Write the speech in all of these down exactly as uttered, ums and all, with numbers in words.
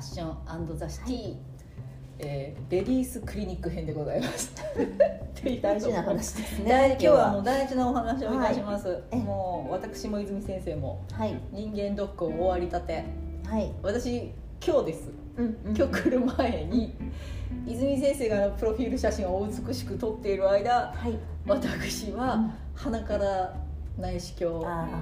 ション&ザシティ、はいえー、レディースクリニック編でございます大事な話ですね。 今日はもう大事なお話をいたします、はい、もう私も泉先生も、はい、人間ドックを終わりたて、はい、私今日です、うんうん、今日来る前に泉先生がプロフィール写真をお美しく撮っている間、はい、私は鼻から内視鏡、うん、あ、はい、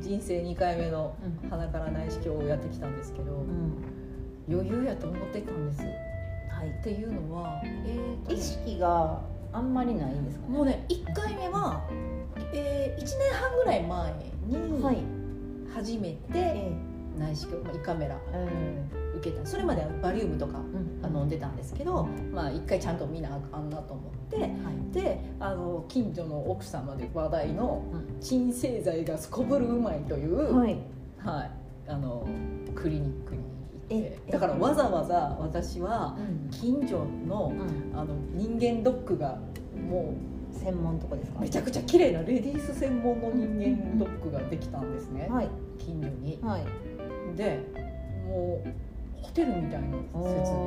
人生にかいめの鼻から内視鏡をやってきたんですけど、うん、余裕やと思ってたんです、はい、っていうのは、 えーとね、意識があんまりないんですかね。 もうねいっかいめは、えー、いちねんはんぐらい前に初めて内視鏡、まあ、胃カメラ受けた。それまではバリウムとか、うん、飲んでたんですけど、まあ、いっかいちゃんと見なあかんなと思って、はい、であの近所の奥様で話題の鎮静剤がすこぶるうまいという、はいはい、あのクリニックにだからわざわざ私は近所 の,、うん、あの人間ドックがもう専門とこですか、 めちゃくちゃ綺麗なレディース専門の人間ドックができたんですね、はい、近所に、はい、でもうホテルみたいな設備なんですよ、うんうん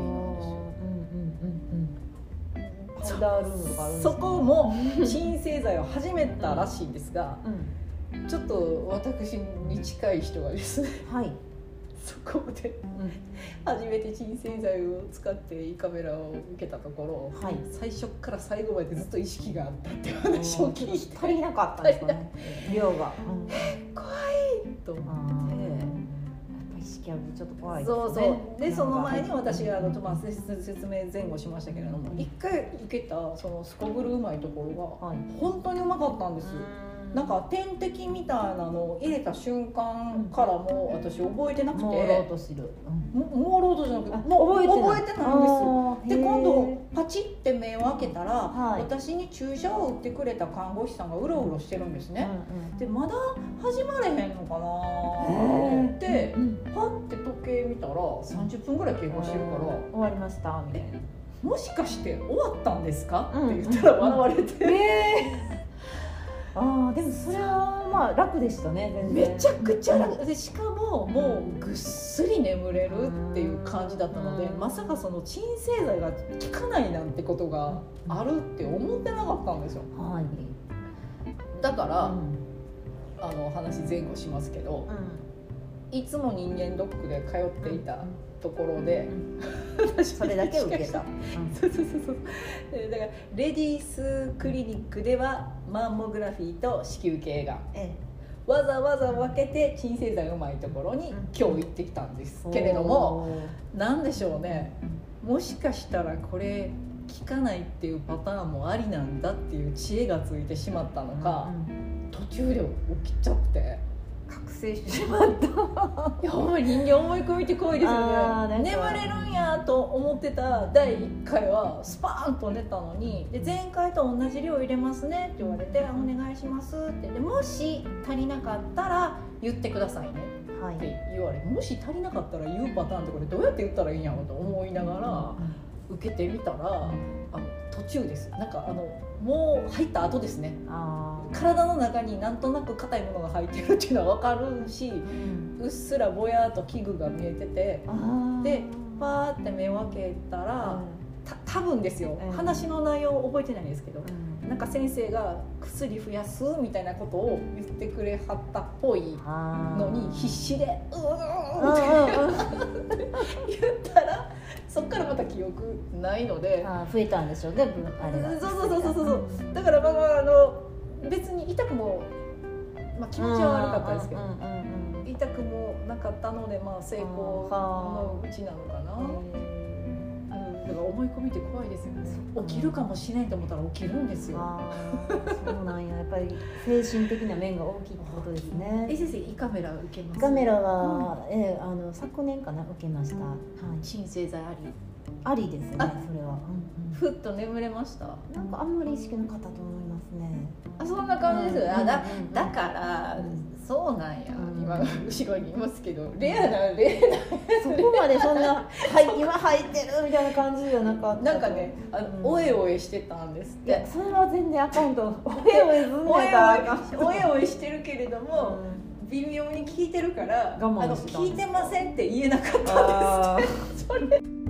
うんうん、パウダールームとかあるんです、ね、そこも鎮静剤を始めたらしいんですが、うんうん、ちょっと私に近い人がですね、はいそこで、うん、初めて鎮静剤を使って胃カメラを受けたところ、はい、最初から最後までずっと意識があったっていう話を聞いて足りなかったんですかね量が、うん、 怖いと思ってやっぱ意識あるとちょっと怖いですね。 そうそうでその前に私があの、まあ、説明前後しましたけれども一回受けたそのすこぶるうまいところが、はい、本当にうまかったんです。なんか点滴みたいなのを入れた瞬間からもう私覚えてなくて、 朦朧とする、 うん、朦朧とじゃなくてもう覚えてない、覚えてないんです。で今度パチって目を開けたら、はい、私に注射を打ってくれた看護師さんがうろうろしてるんですね、うんうん、でまだ始まれへんのかなと思って、うん、パッて時計見たらさんじゅっぷんぐらい経過してるから終わりましたみたいな、 もしかして終わったんですか、うん、って言ったら笑われて、えーあでもそれはまあ楽でしたね。全然めちゃくちゃ楽で、しかももうぐっすり眠れるっていう感じだったので、まさかその鎮静剤が効かないなんてことがあるって思ってなかったんですよ、はい、だから、うん、あの話前後しますけど、うん、いつも人間ドックで通っていたところで、 うん、それだけ受けたそうそうそうそうだからレディースクリニックではマンモグラフィーと子宮頸がん、ええ、わざわざ分けて鎮静剤うまいところに今日行ってきたんですけれども、なんでしょうね、もしかしたらこれ効かないっていうパターンもありなんだっていう知恵がついてしまったのか、うんうん、途中で起きちゃって覚醒してしまったいやほんまに人間思い込みって怖いですよね。眠れるんやと思ってただいいっかいはスパーンと寝たのに、で前回と同じ量入れますねって言われて、お願いしますってで、もし足りなかったら言ってくださいねって言われ、はい、もし足りなかったら言うパターンってこれどうやって言ったらいいんやろうと思いながら受けてみたら、あの途中です。なんかあのもう入った後ですね。あ体の中になんとなく硬いものが入ってるっていうのは分かるし、うん、うっすらぼやっと器具が見えてて、でパーって目を開けたら、うん、た多分ですよ、うん、話の内容覚えてないんですけど、うん、なんか先生が薬増やすみたいなことを言ってくれはったっぽいのに必死でうーんって言ったら、そっからまた記憶ないので、 あ増えたんでしょうね、あれが。 そうそうそうそうそうだからまあまああの別に痛くも、まあ、気持ちは悪かったですけど、痛くもなかったので、まあ、成功のうちなのかな、うん、だから思い込みって怖いですよね。起きるかもしれないと思ったら起きるんですよ。 あそうなんや、やっぱり精神的な面が大きいってことですね。 え先生、胃カメラ受けます？ 胃カメラは、うんえー、あの昨年かな受けました、うんはい、 鎮静剤ありありですね、それは、 うんうん、ふっと眠れました。 なんかあんまり意識なかったと思いますね。 あそんな感じですよ、うん、あ だ, だから、うん、そうなんや、うん、今後ろにいますけど、レアなレアなそこまでそんな、はい、今入ってるみたいな感じじゃなかった。 なんかね、あの、うん、おえおえしてたんですって。いやそれは全然アカウントおえおえずんねんかおえおえしてるけれども、 微妙に聞いてるから我慢してたんですか？ あの聞いてませんって言えなかったんですそれ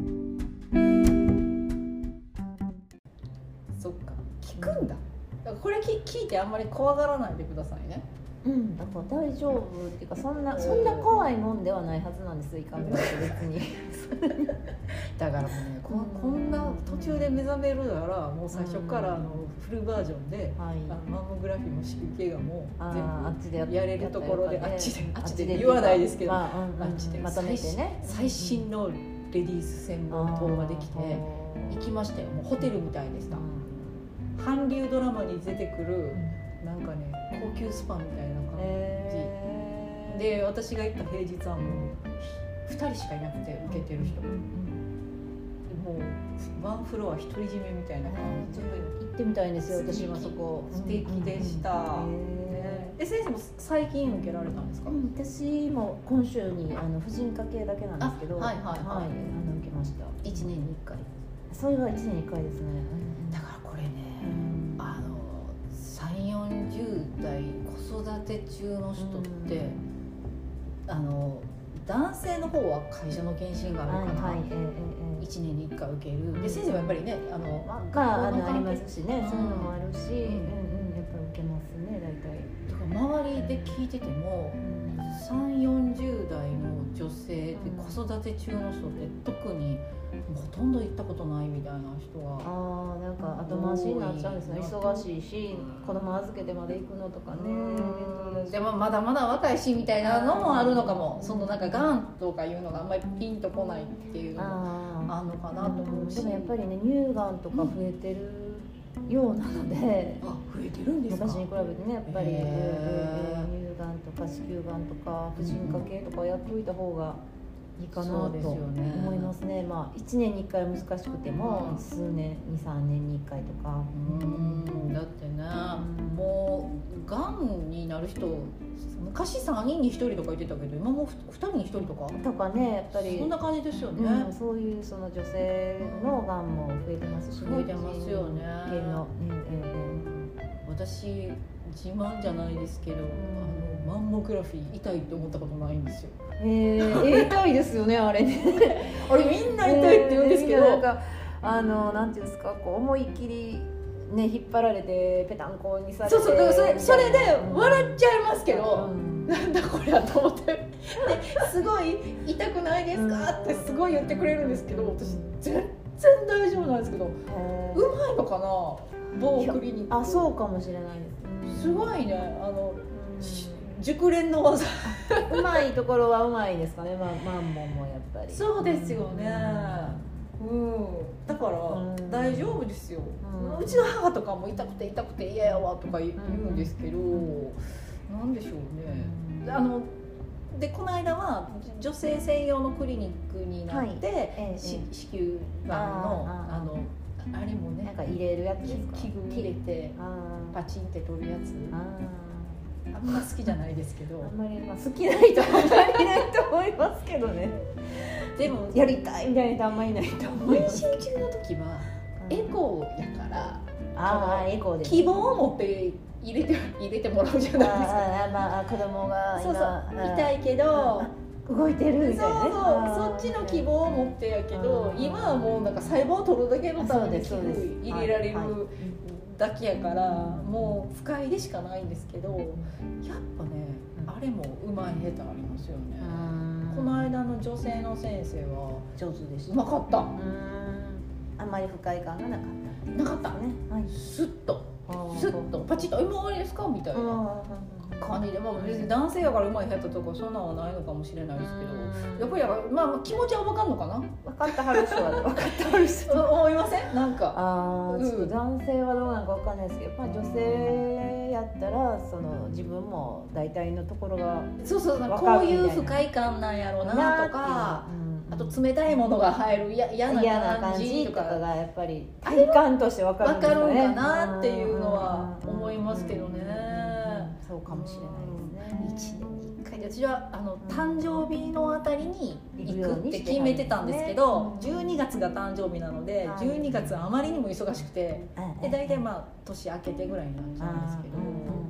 そっか聞くんだ、だからこれ聞いてあんまり怖がらないでくださいね。 うん、だから大丈夫っていうかそんなそんな怖いもんではないはずなんですよ、イカメラって別にだからもうね こ, こんな途中で目覚めるならもう最初からあのフルバージョンで、 はい、 あのマンモグラフィーも子宮頸がんも全部やれるところで、あっちであっちで言わないですけど、 まあうんうん、 あっちでまとめてね最新のレディース専門棟ができて行きましたよ。もうホテルみたいでした。韓流ドラマに出てくるなんかね高級スパみたいな感じ、えー、で私が行った平日はもうふたりしかいなくて受けてる人、うんうんうん、もうワンフロア独り占めみたいな感じで、 えー、行ってみたいんですよ私はそこ。 素敵でした、うんうんね、え先生も最近受けられたんですか？うん、 私も今週にあの婦人科系だけなんですけど、はいはいはい、はい、あの受けました。いちねんにいっかい。それはいちねんにいっかいですね、 うん、だからこれね、うん、あのさんじゅう、よんじゅう代子育て中の人って、うん、あの男性の方は会社の検診があるから、はいはいえー、いちねんにいっかい受ける、うん、で先生はやっぱりねあの、 まあ、あのありますしね、うん、そういうのもあるし、うんうん、やっぱり受けますね大体。 だから周りで聞いてても、うん、さんじゅう、よんじゅう代の女性で子育て中の人って特にほとんど行ったことないみたいな人があなんか後回しになっちゃうんですね。忙しいし子供預けてまで行くのとかね、 うんでもまだまだ若いしみたいなのもあるのかも。そのなんかがんとかいうのがあんまりピンとこないっていうのもあるのかなと思うし、 でもやっぱりね乳がんとか増えてるようなので、 うん、あ増えてるんですか？ 昔に比べてねやっぱり乳がんとか子宮がんとか婦人科系とかやっといた方がいいかなと思いますね。まあいちねんにいっかいは難しくても、うん、数年に、さんねんにいっかいとか。 うんだってね、うん、もうがんになる人昔さんにんにひとりとか言ってたけど今もうふたりにひとりとかとかねやっぱりそんな感じですよね、 うん、そういうその女性のがんも増えてますしね。 増えてますよね。 系の、ねえー、私自慢じゃないですけど、うん、あのマンモグラフィー痛いって思ったことないんですよ。 えー、痛いですよねあれねあれみんな痛いって言うんですけど、 なんかあのなんていうんですかこう思いっきりね引っ張られてペタンコにされて、 そうそうそれそれで笑っちゃいますけど、うん、なんだこれやと思ってですごい痛くないですかってすごい言ってくれるんですけど、私全然大丈夫なんですけど、うまいのかな某クリニック。 あそうかもしれないです。 すごいねあの、うん熟練の技うまいところはうまいですかね、まあ、マンモもやっぱり。 そうですよね、うん、だから大丈夫ですよ、うん、うちの母とかも痛くて痛くて嫌やわとか言うんですけど、うん、なんでしょうね、うん、あのでこの間は女性専用のクリニックになって、はいええ、子宮がんのあのあれもねなんか入れるやつですか？ 器具入れてパチンって取るやつ。あんま好きじゃないですけどあんまり、まあ、好きな人はあんまりいないと思いますけどねでもやりたいみたいな人あんまりいないと思います。 妊娠中の時はエコーやから、 ああエコーで希望を持って入れて入れてもらうじゃないですか。 あ、まあ、子供が今そうそう痛いけど動いてるみたいなね。 そうそうそっちの希望を持ってやけど今はもうなんか細胞を取るだけのために器具入れられるだけやからもう不快でしかないんですけど、やっぱねあれもうまい下手ありますよね。この間の女性の先生は上手でした。 うまかった。 うんあんまり不快感がなかったなかったね、はい、スッとスッとパチッと今終わりですかみたいな感じで、まあ、別に男性やからうまい下手とかそんなんはないのかもしれないですけど、やっぱりや、まあ、気持ちは分かんのかな。 分かってはる人は分かってはる人思いません？なんかあ、ちょっと男性はどうなのか分かんないですけど、まあ、女性やったらその自分も大体のところがそうそうこういう不快感なんやろうなとか、あと冷たいものが入る嫌な感じとかがやっぱり体感として分かるんですよね。 分かるんかなっていうのは思いますけどね。 そうかもしれないですね。 いちねんにいっかいで私はあの誕生日のあたりに行くって決めてたんですけど、じゅうにがつが誕生日なのでじゅうにがつはあまりにも忙しくてで大体まあ年明けてぐらいになっちゃうんですけど、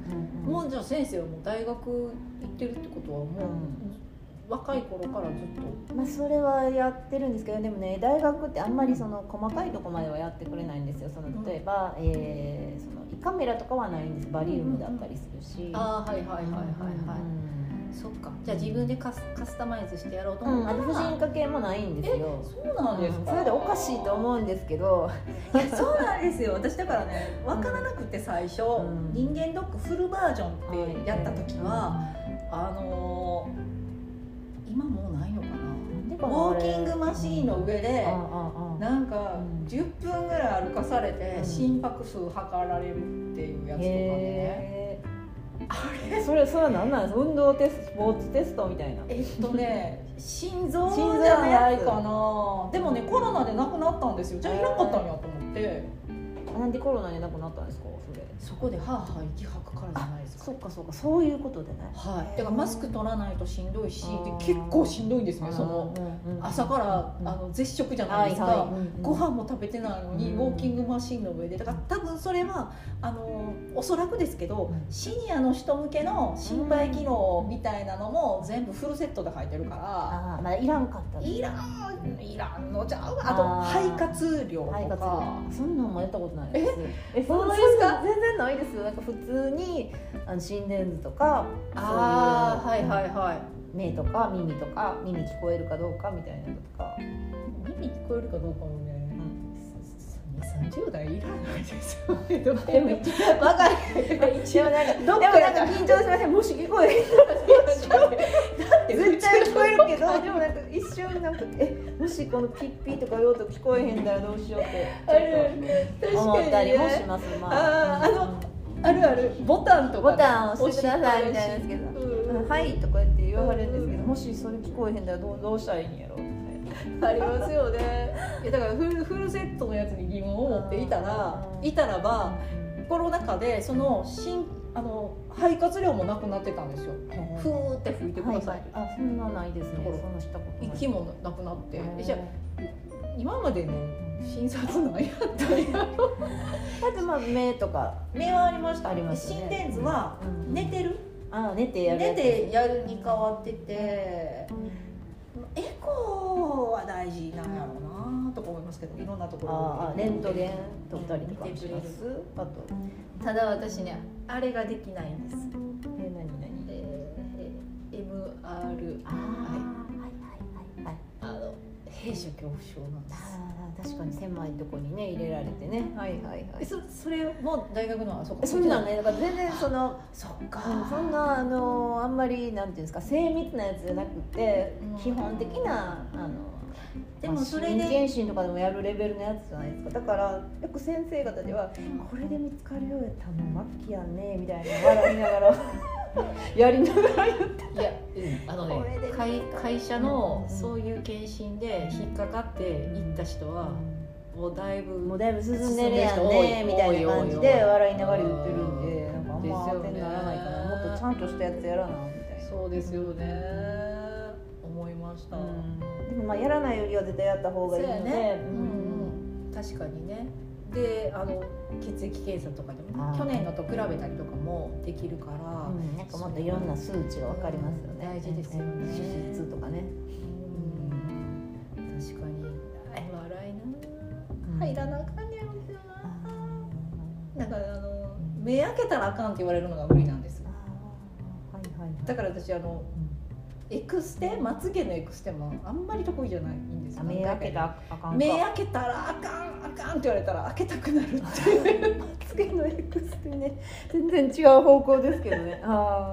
もうじゃあ先生はもう大学行ってるってことはもう、うん若い頃からずっと、 まあ、それはやってるんですけど、でもね大学ってあんまりその細かいとこまではやってくれないんですよ。その例えば、うん、えー、その胃カメラとかはないんです。バリウムだったりするし、 ああはいはいはいはいはい、うん、そっか。じゃあ自分でカス、カスタマイズしてやろうと思ったら、うん、 婦人科系もないんですよ。 そうなんですか。 それでおかしいと思うんですけどいやそうなんですよ。私だからね分からなくて最初、うん、人間ドックフルバージョンってやった時は、うん、あのー今もうないのかな。ウォーキングマシーンの上でなんかじゅっぷんぐらい歩かされて心拍数測られるっていうやつとかね。 あれそれそれは何なんですか。運動テスト、スポーツテストみたいな。 えっとね心臓じゃないかな。でもねコロナで亡くなったんですよ。じゃあいらなかったんやと思って。 なんでコロナで亡くなったんですか。それそこではあはあ息吐くからじゃないですか。 そうかそうか、そういうことでね。 はい。だからマスク取らないとしんどいし、で結構しんどいんですね。その朝からあの絶食じゃないですか。ご飯も食べてないのにウォーキングマシンの上で、だから多分それはあのおそらくですけど、シニアの人向けの心肺機能みたいなのも全部フルセットで入ってるから。 ああ、まだいらんかった。 いらんいらんのじゃう。あと肺活量とか。 そんなんもやったことないです。 え、そうですか。 全然ないですよ。なんか普通にあの心電図とか、 ああ、はいはいはい。 目とか耳とか、耳聞こえるかどうかみたいなのとか。 耳聞こえるかどうかもね、うん、にじゅう、さんじゅう代いらないですよ。でもでも分かる。一応なんかでもなんか緊張しません。もし聞こえるだって絶対聞こえるけど、でもなんか一瞬なんかえもしこのピッピーとか用途聞こえへんだらどうしようってちょっと思ったりもします。まああのあるあるボタンとかボタンを押してくださいみたいなんですけど、うん、はいとか言って言われるんですけど、もしそれ聞こえへんだらどうどうしたらいいんやろ。 ありますよね。いやだからフル、フルセットのやつに疑問を持っていたらいたらば、コロナ禍でその新あの肺活量もなくなってたんですよ。ふーって吹いてください、はいはい、 あそんなないですね。そんなしたことない。 息もなくなって、じゃ今までの診察何やったんやろ。 あとまあ目とか目はありました。 ありますね。 心電図は寝てる、 うん、あ寝てやる寝てやるに変わってて、エコーは大事なんやろうなとか思いますけど、いろんなところあレントゲン撮ったりとかします。あとただ私ねあれができないんです。 え何何、 えー、エムアールあ、はい、はいはいはい、 あの閉所恐怖症なんです。 あ確かに狭いとこにね入れられてね、はいはいはい。 そ, それも大学のあそこそんなんね、だから全然そのそっか、 うん、そんなあのあんまりなんていうんですか精密なやつじゃなくて、うん、基本的なあのでもそれで検診とかでもやるレベルのやつじゃないですか。だからよく先生方ではこれで見つかるようやったらもう末期やんねみたいな笑いながらやりながら言っていや、うん、あのね会, 会社のそういう検診で引っかかって行った人はもうだいぶもうだいぶ進んでるやんねみたいな感じで笑いながら言ってるんで、なんかあんま当てにならないから、もっとちゃんとしたやつやらなみたいな。 そうですよね、思いました、うん、 でもまあやらないよりは絶対やった方がいいので、ね、 うんうん、確かにね。であの血液検査とかでも去年のと比べたりとかもできるから、 うん、なんかもっといろんな数値が分かりますよね。 大事ですよね。 手術とかね、 うん、確かに笑いな、入らなあかんねやろうけどな。だからあの目開けたらあかんって言われるのが無理なんです。 あ、はいはいはい、 だから私あの、エクステ、まつげのエクステもあんまり得意じゃないんですよ。 目開けたらあかんか。 目開けたらあかんあかんって言われたら開けたくなるっていうまつげのエクステね、全然違う方向ですけどね。あ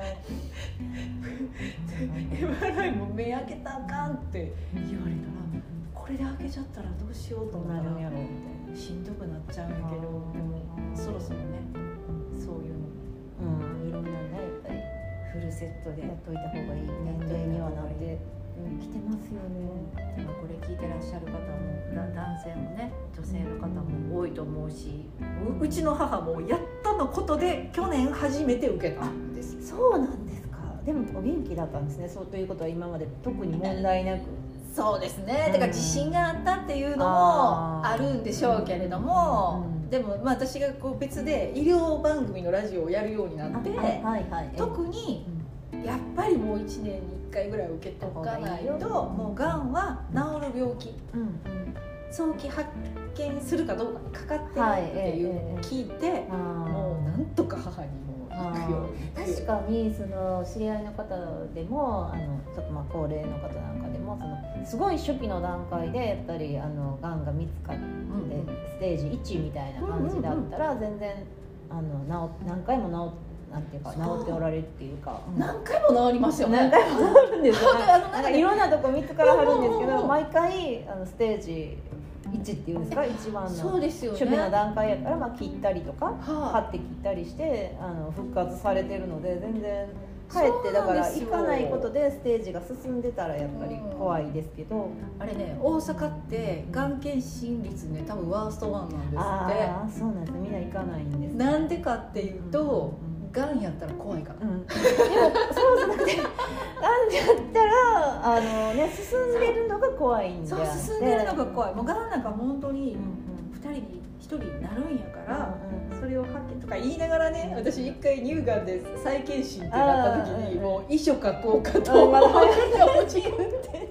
エムアールアイも目開けたらあかんって言われたら、これで開けちゃったらどうしようと思ったらなるんやろうみたいな、 しんどくなっちゃうんやけど、でもそろそろねそういうの、うん、いろんなねやっぱりフルセットでやっといた方がいい年齢にはなってきてますよね。 でもこれ聞いてらっしゃる方も男性もね女性の方も多いと思うし、う, うちの母もやっとのことで去年初めて受けたんです。 そうなんですか。でもお元気だったんですね。そうということは今まで特に問題なく。 そうですね、だから自信があったっていうのもあるんでしょうけれども、うん、でも、まあ、私がこう別で医療番組のラジオをやるようになって、はいはいはい、特にやっぱりもういちねんにいっかいぐらい受けとかないと、もうがんは治る病気、うんうん、早期発見するかどうかにかかってるっていうのを聞いて、はいえー、もうなんとか母にも行くよ確かにその知り合いの方でもあのちょっとまあ高齢の方なんかでもそのすごい初期の段階でやっぱりあのがんが見つかって、うんうん、ステージいちみたいな感じだったら全然あの治何回も治ってなんていうか治っておられるっていうか、 うん、何回も治りますよね。 何回も治るんですよ。なんかいろんなとこ見つからはるんですけど、毎回あのステージいちっていうんですか、一番の初期の段階やから、まあ、切ったりとか、はって切ったりしてあの復活されてるので全然かえってだから行かないことでステージが進んでたらやっぱり怖いですけど、 あれね大阪ってがん検診率ね多分ワーストワンなんですって。 ああそうなんですね、みんな行かないんです、ね、 なんでかっていうと、うんうんがんやったら怖いから、うん、でもそうじゃなくてがんやったらあの、ね、進んでるのが怖いんで、 そう進んでるのが怖い。もうがんなんか本当にふたりにひとりになるんやから、うんうん、それを発見とか言いながらね、私一回乳がんで再検診ってなった時にもう遺書書こうかと思って落ちるって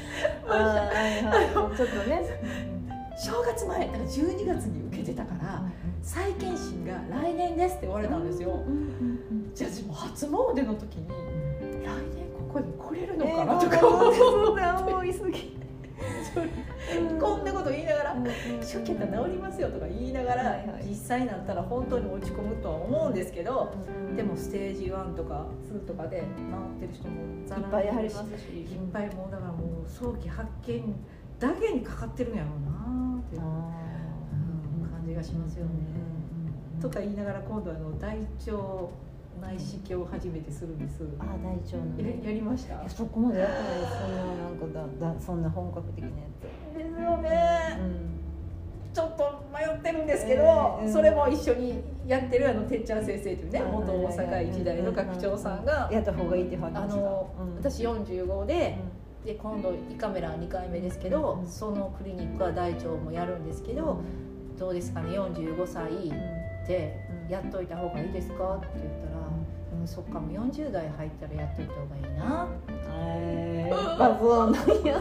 ちょっとね正月前だからじゅうにがつに受けてたから再検診が来年ですって言われたんですよ、うんうんうん、じゃあもう初詣の時に来年ここに来れるのかなとか思って、 そうだもう急ぎこんなこと言いながら初期やったら治りますよとか言いながら実際になったら本当に落ち込むとは思うんですけど、でもステージワンとかツーとかで治ってる人もいっぱいありますし、 いっぱいもうだからもう早期発見だけにかかってるんやろうなっていう、うん、感じがしますよね、うん、とか言いながら今度あの大腸内視鏡を初めてするんです。 ああ大腸の、 ね、や, やりました。 そこまでやってないです。そんななんかだだそんな本格的なやつですよね、うん、ちょっと迷ってるんですけど、えー、それも一緒にやってるあのてっちゃん先生というね、うん、元大阪一大の学長さんが、 うん、やった方がいいって話あの、うん、私よんじゅうごで、うん、で今度胃カメラにかいめですけど、うん、そのクリニックは大腸もやるんですけど、うん、どうですかねよんじゅうごさいでやっといた方がいいですかって言ったら、うん、そっかもうよんじゅう代入ったらやっといた方がいいな。 えー、やっぱそうなんや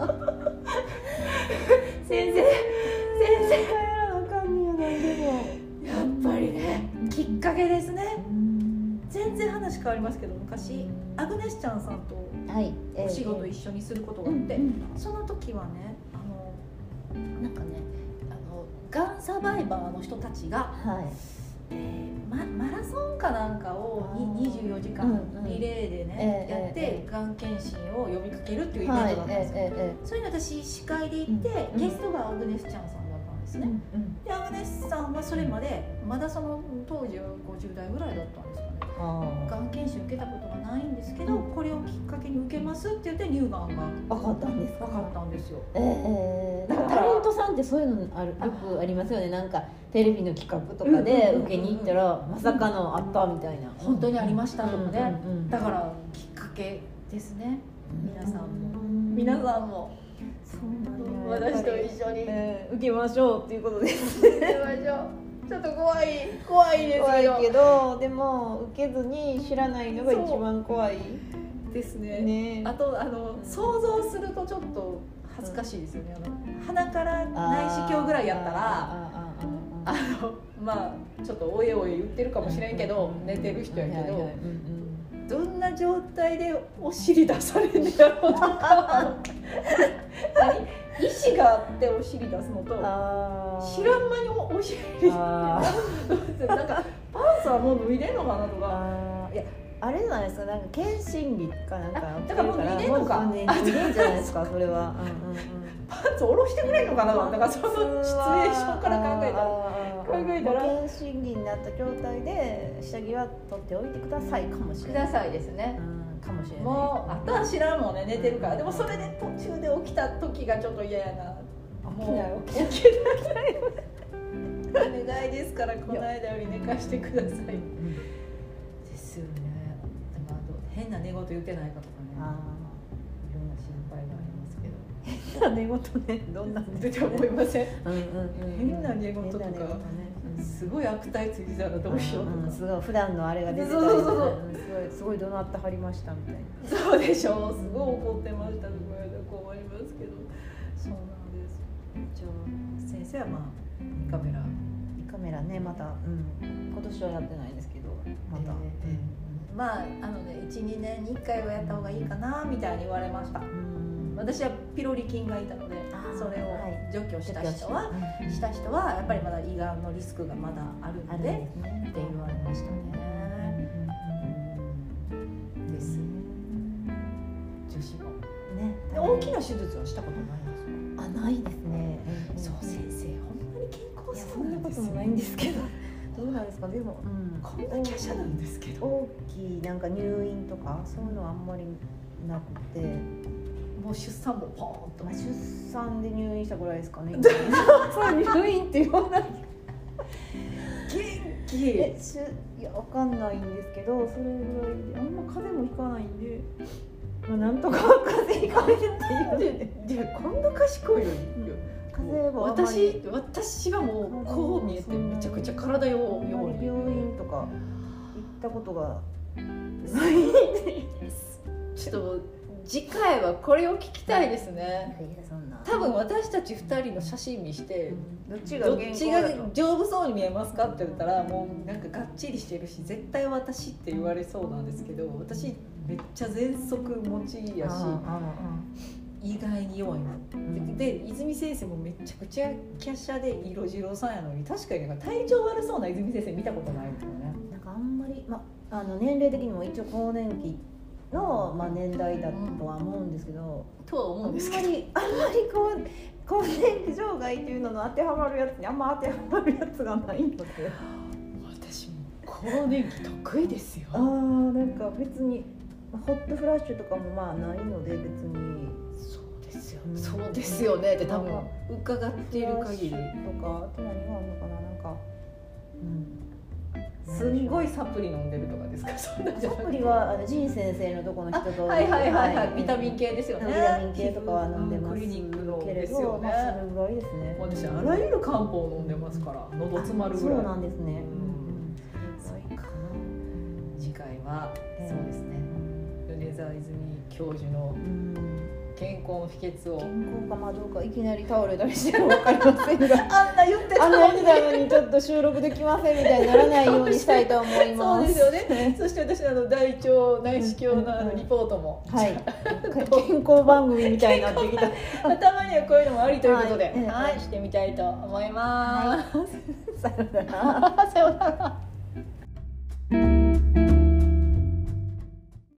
先生先生がやらなあかんねやなんでもやっぱりねきっかけですね。全然話変わりますけど昔アグネスちゃんさんとお仕事一緒にすることがあって、はいえー、その時はねあのなんかねあのがんサバイバーの人たちが、はいえーま、マラソンかなんかをにじゅうよじかんリレーでね、うんうん、やって、えー、がん検診を呼びかけるっていうイベントだったんですよ、はいえーえー、それに私司会で行って、うん、ゲストがアグネスちゃんさんだったんですね、うんうん、でアグネスさんはそれまでまだその当時はごじゅう代ぐらいだったんですかね。がん検診受けたことがないんですけど、うん、これをきっかけに受けますって言って乳がんが分かったんです分かったんですよ。 えー、だからタレントさんってそういうのあるよくありますよね。なんかテレビの企画とかで受けに行ったら、うんうんうん、まさかのあったみたいな、うん、 本当にありましたとかね、うんうんうん、だからきっかけですね。皆さんも、うん、皆さんもそうなん私と一緒に、 えー、受けましょうっていうことです受けましょう。ちょっと怖い怖いですよ。 怖いけどでも受けずに知らないのが一番怖いですね。ねあとあの想像するとちょっと恥ずかしいですよね。あの鼻から内視鏡ぐらいやったらあのまあちょっとおえおえ言ってるかもしれんけど、うん、寝てる人やけど、どんな状態でお尻出されるんやろうとか意思があってお尻出すのと知らん間にお尻なんかパンツはもう脱いでんのかなとか。 いやあれじゃないですか、なんか検診率かなんかだからもう脱いでんのか脱いでんじゃないですかそれは、うんうんうん、 パンツ下ろしてくれんのかなとか、なんかそのシチュエーションから考えたら考えたら検診着になった状態で下着は取っておいてくださいかもしれない。 くださいですね、 うん、かもしれない。 もうあとは知らんもんね、寝てるから。でもそれで途中で起きた時がちょっと嫌やな。 起きない起きないお願いですからこの間より寝かしてくださいですよね。なんかあと変な寝言言ってないかとかね、あいろんな心配がありますけど、 変な寝言ね、どんなん出て思いません？ うんうんうん、 変な寝言とか、ね、すごい悪態ついてたらどうしようとか、 うんうん、すごい普段のあれが出てたりそうそうそう、 すごいすごい怒鳴ってはりましたみたいな。 そうでしょう、すごい怒ってましたとか困りますけど、そうなんです。じゃあ先生はまあにカメラにカメラね、また、うん、今年はやってないんですけど、また、えーえー、まああのね いちにねんにいっかいはやった方がいいかなみたいに言われました。うん、私はピロリ菌がいたので、それを除去した人は、はい、した人はやっぱりまだ胃がんのリスクがまだあるので、ね、って言われましたね。うん、です女子もね。大きな手術はしたことないですか？ あ、ないですね。 そう、先生ほんまに健康そうなんですよ。 そんなこともないんですけどどうなんですか。でも、 うん、こんな華奢なんですけど、 大きいなんか入院とかそういうのはあんまりなくて、 もう出産もポーンと、 まあ、出産で入院したぐらいですかねそう入院って言わない元気えしいやわかんないんですけど、それぐらいであんま風邪もひかないんで、まあ、なんとか風邪ひかれてっていうでこんな賢いよ、 風邪は私私はもうこう見えてめちゃくちゃ体よう病院とか行ったことがないちょっと次回はこれを聞きたいですね。多分私たちふたりの写真見して、うん、どっちがどっちが丈夫そうに見えますかって言ったら、もうなんかがっちりしてるし絶対私って言われそうなんですけど、私めっちゃ喘息持ちやし意外に弱いの、うん、で泉先生もめちゃくちゃ華奢で色白さんやのに、確かになんか体調悪そうな泉先生見たことないですよね。 なんかあんまり、ま、あの年齢的にも一応更年期の、まあ、年代だとは思うんですけど、 うん、とは思うんですけど、 あんまりあんまりこう更年期障害っていうのの当てはまるやつにあんま当てはまるやつがないので、 私も更年期得意ですよ。 あー、なんか別にホットフラッシュとかもまあないので別に、 そうですよ、うん、そうですよねって多分伺っている限りとか、 あと何があるのかな、なんか、うんすんごいサプリ飲んでるとかですか？そんなサプリはあの仁先生のとこの人と、 はいはいはいはい、ビタミン系ですよね。 ビタミン系とかは飲んでますクリニックのけれですよね。 ど、まあ、それぐらいですね。 私あらゆる漢方を飲んでますから、喉詰まるぐらい。 そうなんですね。うん、 そうか。次回は、えー、そうですね。米沢泉教授の健康の秘訣を、 健康かまどうかいきなり倒れたりしても分かりませんがあんな言ってたのにあんな言ってたのにちょっと収録できませんみたいにならないようにしたいと思います。 そうですよね。そして私のあの大腸内視鏡のあのリポートも、 はい、健康番組みたいになってきたたまにはこういうのもありということで、はい、はい、してみたいと思います、 はい、さようならさようなら